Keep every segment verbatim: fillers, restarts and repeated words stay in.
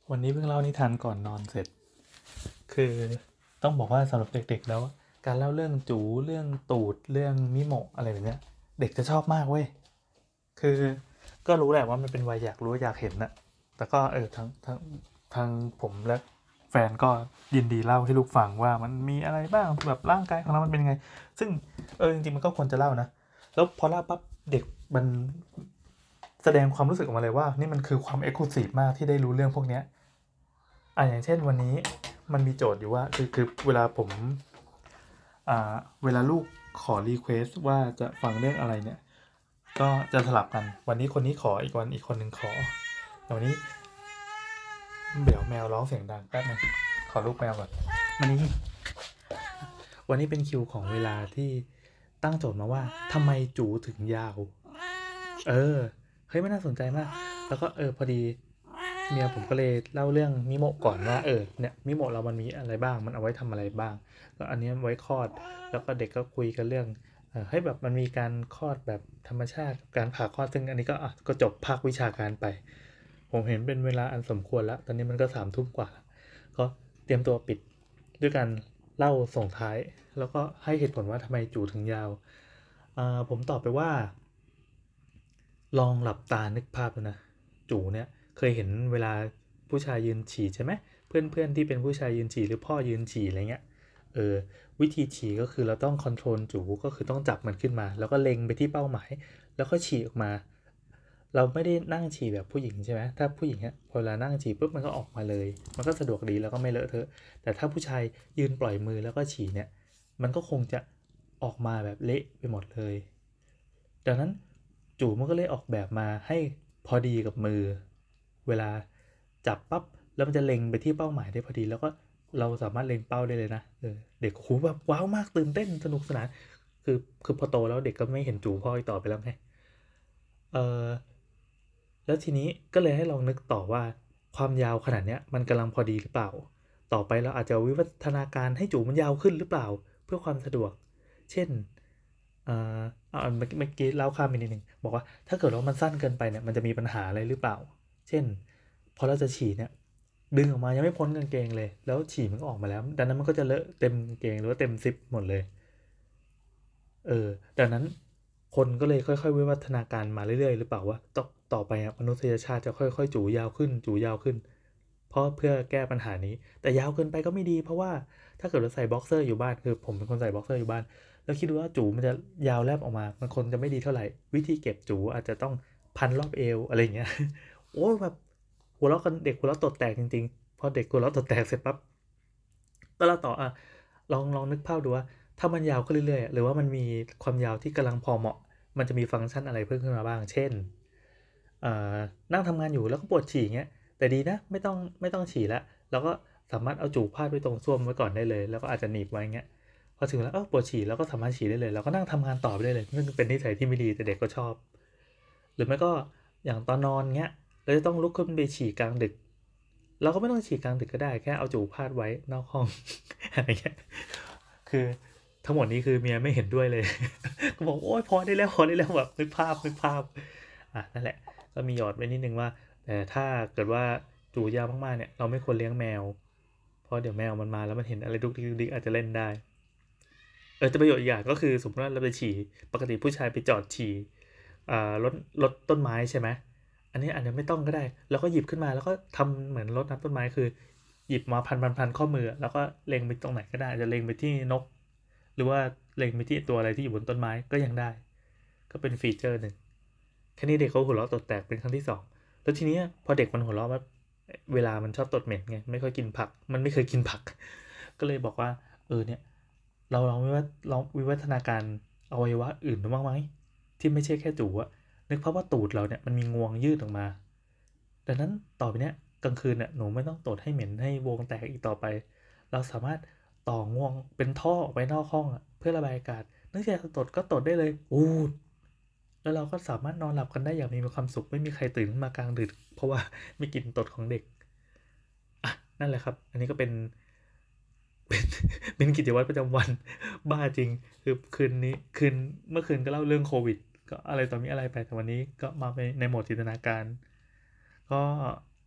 วันนี้เพิ่งเล่านิทานก่อนนอนเสร็จ คือต้องบอกว่าสำหรับเด็กๆแล้วการเล่าเรื่องจูเรื่องตูดเรื่องมิโมะอะไรแบบเนี้ยเด็กจะชอบมากเว้ยคือก็รู้แหละว่ามันเป็นวัยอยากรู้อยากเห็นนะแต่ก็เออทั้งทั้งทางผมและแฟนก็ยินดีเล่าให้ลูกฟังว่ามันมีอะไรบ้างแบบร่างกายของเรามันเป็นยังไงซึ่งเออจริงๆมันก็ควรจะเล่านะแล้วพอเล่าปั๊บเด็กมันแสดงความรู้สึกออกมาเลยว่านี่มันคือความเอ็กซ์คลูซีฟมากที่ได้รู้เรื่องพวกเนี้ยอ่ะอย่างเช่นวันนี้มันมีโจทย์อยู่ว่าคือคือเวลาผมอ่าเวลาลูกขอรีเควสว่าจะฟังเรื่องอะไรเนี่ยก็จะสลับกันวันนี้คนนี้ขออีกวันอีกคนหนึ่งขอแต่วันนี้เดี๋ยวแมวร้องเสียงดังแป๊บนึงขอลูกแมวก่อนวันนี้วันนี้เป็นคิวของเวลาที่ตั้งโจทย์มาว่าทำไมจูถึงยาวเออเฮ้ยไม่น่าสนใจมากแล้วก็เออพอดีเมียผมก็เลยเล่าเรื่องมิโมะก่อนว่าเออเนี่ยมิโมะเรามันมีอะไรบ้างมันเอาไว้ทำอะไรบ้างก็อันนี้ไว้คลอดแล้วก็เด็กก็คุยกันเรื่องเออให้แบบมันมีการคลอดแบบธรรมชาติการผ่าคลอดซึ่งอันนี้ก็อ่ะก็จบภาควิชาการไปผมเห็นเป็นเวลาอันสมควรแล้วตอนนี้มันก็สามทุ่มกว่าก็เตรียมตัวปิดด้วยการเล่าส่งท้ายแล้วก็ให้เหตุผลว่าทำไมจูถึงยาวอ่าผมตอบไปว่าลองหลับตานึกภาพดูนะจูเนี่ยเคยเห็นเวลาผู้ชายยืนฉี่ใช่ไหมเพื่อนๆที่เป็นผู้ชายยืนฉี่หรือพ่อยืนฉี่อะไรเงี้ยเออวิธีฉี่ก็คือเราต้องคอนโทรลจูก็คือต้องจับมันขึ้นมาแล้วก็เล็งไปที่เป้าหมายแล้วก็ฉี่ออกมาเราไม่ได้นั่งฉี่แบบผู้หญิงใช่ไหมถ้าผู้หญิงเนี่ยพอเวลานั่งฉี่ปุ๊บมันก็ออกมาเลยมันก็สะดวกดีแล้วก็ไม่เลอะเทอะแต่ถ้าผู้ชายยืนปล่อยมือแล้วก็ฉี่เนี่ยมันก็คงจะออกมาแบบเละไปหมดเลยดังนั้นจูมันก็เลยออกแบบมาให้พอดีกับมือเวลาจับปั๊บแล้วมันจะเล็งไปที่เป้าหมายได้พอดีแล้วก็เราสามารถเล็งเป้าได้เลยนะเออเด็กโหแบบว้าวมากตื่นเต้นสนุกสนานคือคือพอโตแล้วเด็กก็ไม่เห็นจูพ่ออีกต่อไปแล้วไงเออแล้วทีนี้ก็เลยให้ลองนึกต่อว่าความยาวขนาดเนี้ยมันกำลังพอดีหรือเปล่าต่อไปเราอาจจะวิวัฒนาการให้จูมันยาวขึ้นหรือเปล่าเพื่อความสะดวกเช่นเอ่อเอาเมื่อกี้เมื่อกี้เล่าข้ามไปนิดนึงบอกว่าถ้าเกิดว่ามันสั้นเกินไปเนี่ยมันจะมีปัญหาอะไรหรือเปล่าเช่นพอเราจะฉี่เนี่ยดึงออกมายังไม่พ้นกางเกงเลยแล้วฉี่มันก็ออกมาแล้วดังนั้นมันก็จะเลอะเต็มกางเกงหรือว่าเต็มซิปหมดเลยเออดังนั้นคนก็เลยค่อยๆวิวัฒนาการมาเรื่อยๆหรือเปล่าว่าต่อต่อไปอะมนุษยชาติจะค่อยๆจูยาวขึ้นจูยาวขึ้นเพราะเพื่อแก้ปัญหานี้แต่ยาวเกินไปก็ไม่ดีเพราะว่าถ้าเกิดเราใส่บ็อกเซอร์อยู่บ้านคือผมเป็นคนใส่บ็อกเซอร์อยู่บ้านแล้วคิดดูว่าจูมันจะยาวแลบออกมามันคนจะไม่ดีเท่าไหร่วิธีเก็บจูอาจจะต้องพันรอบเอวอะไรอย่างเงี้ยโอ้แบบหัวเราะกันเด็กหัวเราะตดแตกจริงๆพอเด็กหัวเราะตดแตกเสร็จปั๊บก็เล่าต่ออ่ะลองลองนึกภาพดูว่าถ้ามันยาวขึ้นเรื่อยๆหรือว่ามันมีความยาวที่กำลังพอเหมาะมันจะมีฟังก์ชันอะไรเพิ่มขึ้นมาบ้างเช่นเอ่อนั่งทำงานอยู่แล้วก็ปวดฉี่เงี้ยแต่ดีนะไม่ต้องไม่ต้องฉี่แล้วเราก็สามารถเอาจูพาดไว้ตรงส้วมไว้ก่อนได้เลยแล้วก็อาจจะหนีบไว้เงี้ยพอถึงแล้วเออปวดฉี่แล้วก็สามารถฉี่ได้เลยเราก็นั่งทำงานต่อไปได้เลยนั่นเป็นนิสัยที่ไม่ดีแต่เด็กก็ชอบหรือไม่ก็อย่างตอนนอนเงี้ยเราจะต้องลุกขึ้นไปฉี่กลางดึกเราก็ไม่ต้องฉี่กลางดึกก็ได้แค่เอาจูพาดไว้นอกห้องอะไรเงี้ยคือทั้งหมดนี้คือเมียไม่เห็นด้วยเลยก็บอกโอ๊ยพอได้แล้วพอได้แล้วแบบนึกภาพนึกภาพอ่ะนั่นแหละก็มีหยอดไว้นิดนึงว่าแต่ถ้าเกิดว่าจูยาวมากๆเนี่ยเราไม่ควรเลี้ยงแมวเพราะเดี๋ยวแมวมันมาแล้วมันเห็นอะไรดุกดิกดุกดิกอาจจะเล่นได้เออแต่ประโยชน์อีกอย่างก็คือสมมติว่าเราไปฉี่ปกติผู้ชายไปจอดฉี่อ่ารถรถต้นไม้ใช่ไหมอันนี้อาจจะไม่ต้องก็ได้แล้วก็หยิบขึ้นมาแล้วก็ทำเหมือนรดน้ำต้นไม้คือหยิบมาพันพันพันข้อมือแล้วก็เล็งไปตรงไหนก็ได้จะเล็งไปที่นกหรือว่าเล็งไปที่ตัวอะไรที่อยู่บนต้นไม้ก็ยังได้ก็เป็นฟีเจอร์หนึ่งแค่นี้เด็กเขาหัวเราะตดแตกเป็นครั้งที่สองแล้วทีนี้พอเด็กมันหัวเราะว่าเวลามันชอบตดเหม็นไงไม่ค่อยกินผักมันไม่เคยกินผักก็เลยบอกว่าเออเนี่ย เราลองวิวัฒลองวิวัฒนาการอวัยวะอื่นดูบ้างไหมที่ไม่ใช่แค่จูอะนึกภาพว่าตูดเราเนี่ยมันมีงวงยืดออกมาดังนั้นต่อไปเนี้ยกลางคืนเนี่ยหนูไม่ต้องตดให้เหม็นให้วงแตกอีกต่อไปเราสามารถต่องวงเป็นท่อออกไปนอกห้องอะเพื่อระบายอากาศนึกอยากจะตดก็ตดได้เลยอู้แล้วเราก็สามารถนอนหลับกันได้อย่างมีความสุขไม่มีใครตื่นขึ้นมากลางดึกเพราะว่าไม่กลิ่นตดของเด็กอ่ะนั่นแหละครับอันนี้ก็เป็น เป็นเป็นกิจวัตรประจำวันบ้าจริงคือคืนนี้คืนเมื่อคืนก็เล่าเรื่องโควิดก็อะไรต่อมีอะไรไปแต่วันนี้ก็มาในในโหมดจินตนาการก็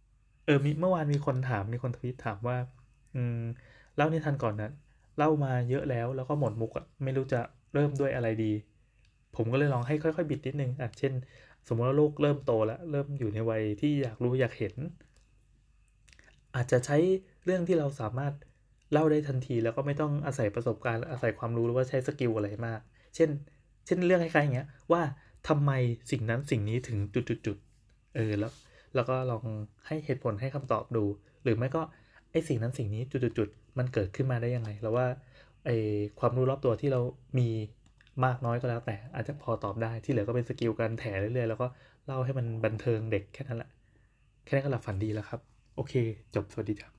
เออมีเมื่อวานมีคนถามมีคนทวีตถามว่าอืมเล่านิทานก่อนนะเล่ามาเยอะแล้วแล้วก็หมดมุกอะไม่รู้จะเริ่มด้วยอะไรดี ผมก็เลยลองให้ค่อยๆบิดนิดนึงอ่ะเช่นสมมติว่าลูกเริ่มโตแล้วเริ่มอยู่ในวัยที่อยากรู้อยากเห็น อาจจะใช้เรื่องที่เราสามารถเล่าได้ทันทีแล้วก็ไม่ต้องอาศัยประสบการณ์อาศัยความรู้หรือว่าใช้สกิลอะไรมาก เช่น เช่นเรื่องคล้ายๆอย่างเงี้ยว่าทำไมสิ่งนั้นสิ่งนี้ถึงจุดๆๆเออแล้วแล้วก็ลองให้เหตุผลให้คำตอบดู หรือไม่ก็ไอ้สิ่งนั้นสิ่งนี้จุดๆๆมันเกิดขึ้นมาได้ยังไงแล้วว่าไอ้ความรู้รอบตัวที่เรามีมากน้อยก็แล้วแต่อาจจะพอตอบได้ที่เหลือก็เป็นสกิลการแถเรื่อยๆแล้วก็เล่าให้มันบันเทิงเด็กแค่นั้นแหละแค่นั้นก็หลับฝันดีแล้วครับโอเคจบสวัสดีครับ